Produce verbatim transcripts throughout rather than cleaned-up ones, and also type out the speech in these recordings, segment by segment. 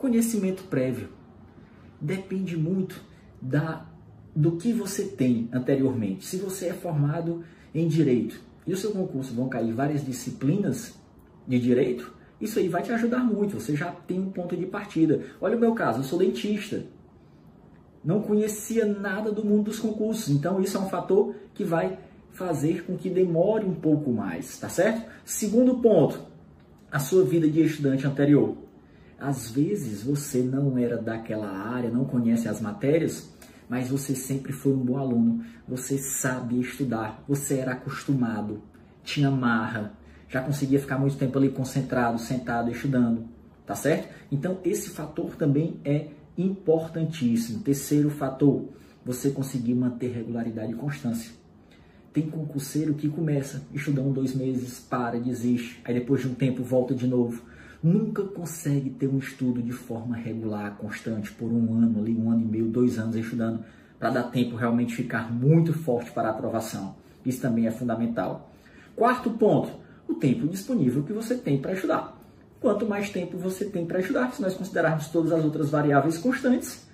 conhecimento prévio. Depende muito da, do que você tem anteriormente. Se você é formado em Direito e o seu concurso vão cair várias disciplinas de Direito, isso aí vai te ajudar muito, você já tem um ponto de partida. Olha o meu caso, eu sou dentista. Não conhecia nada do mundo dos concursos, então isso é um fator que vai fazer com que demore um pouco mais, tá certo? Segundo ponto, a sua vida de estudante anterior. Às vezes você não era daquela área, não conhece as matérias, mas você sempre foi um bom aluno, você sabe estudar, você era acostumado, tinha marra, já conseguia ficar muito tempo ali concentrado, sentado, estudando, tá certo? Então esse fator também é importantíssimo. Terceiro fator, você conseguir manter regularidade e constância. Tem concurseiro que começa, estuda um, dois meses, para, desiste, aí depois de um tempo volta de novo. Nunca consegue ter um estudo de forma regular, constante, por um ano, ali, um ano e meio, dois anos estudando, para dar tempo realmente ficar muito forte para a aprovação. Isso também é fundamental. Quarto ponto, o tempo disponível que você tem para estudar. Quanto mais tempo você tem para estudar, se nós considerarmos todas as outras variáveis constantes,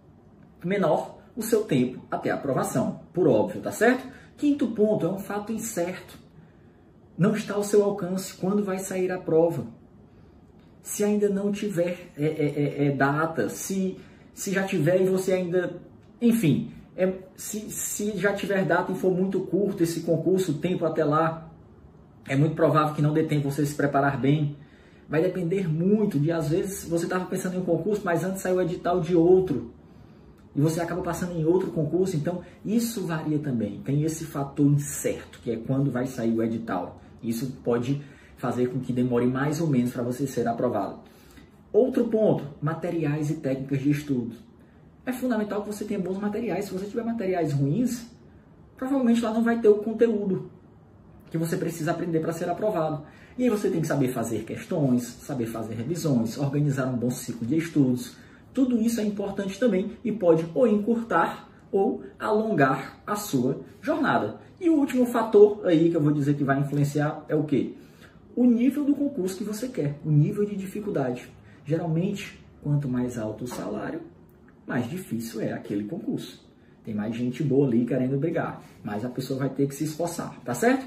menor o seu tempo até a aprovação, por óbvio, tá certo? Quinto ponto, é um fato incerto. Não está ao seu alcance quando vai sair a prova. Se ainda não tiver é, é, é, data, se, se já tiver e você ainda... Enfim, é, se, se já tiver data e for muito curto esse concurso, o tempo até lá, é muito provável que não dê tempo você se preparar bem. Vai depender muito de, às vezes, você estava pensando em um concurso, mas antes saiu o edital de outro. E você acaba passando em outro concurso, então isso varia também. Tem esse fator incerto, que é quando vai sair o edital. Isso pode fazer com que demore mais ou menos para você ser aprovado. Outro ponto, materiais e técnicas de estudo. É fundamental que você tenha bons materiais. Se você tiver materiais ruins, provavelmente lá não vai ter o conteúdo que você precisa aprender para ser aprovado. E aí você tem que saber fazer questões, saber fazer revisões, organizar um bom ciclo de estudos. Tudo isso é importante também e pode ou encurtar ou alongar a sua jornada. E o último fator aí que eu vou dizer que vai influenciar é o quê? O nível do concurso que você quer, o nível de dificuldade. Geralmente, quanto mais alto o salário, mais difícil é aquele concurso. Tem mais gente boa ali querendo brigar, mas a pessoa vai ter que se esforçar, tá certo?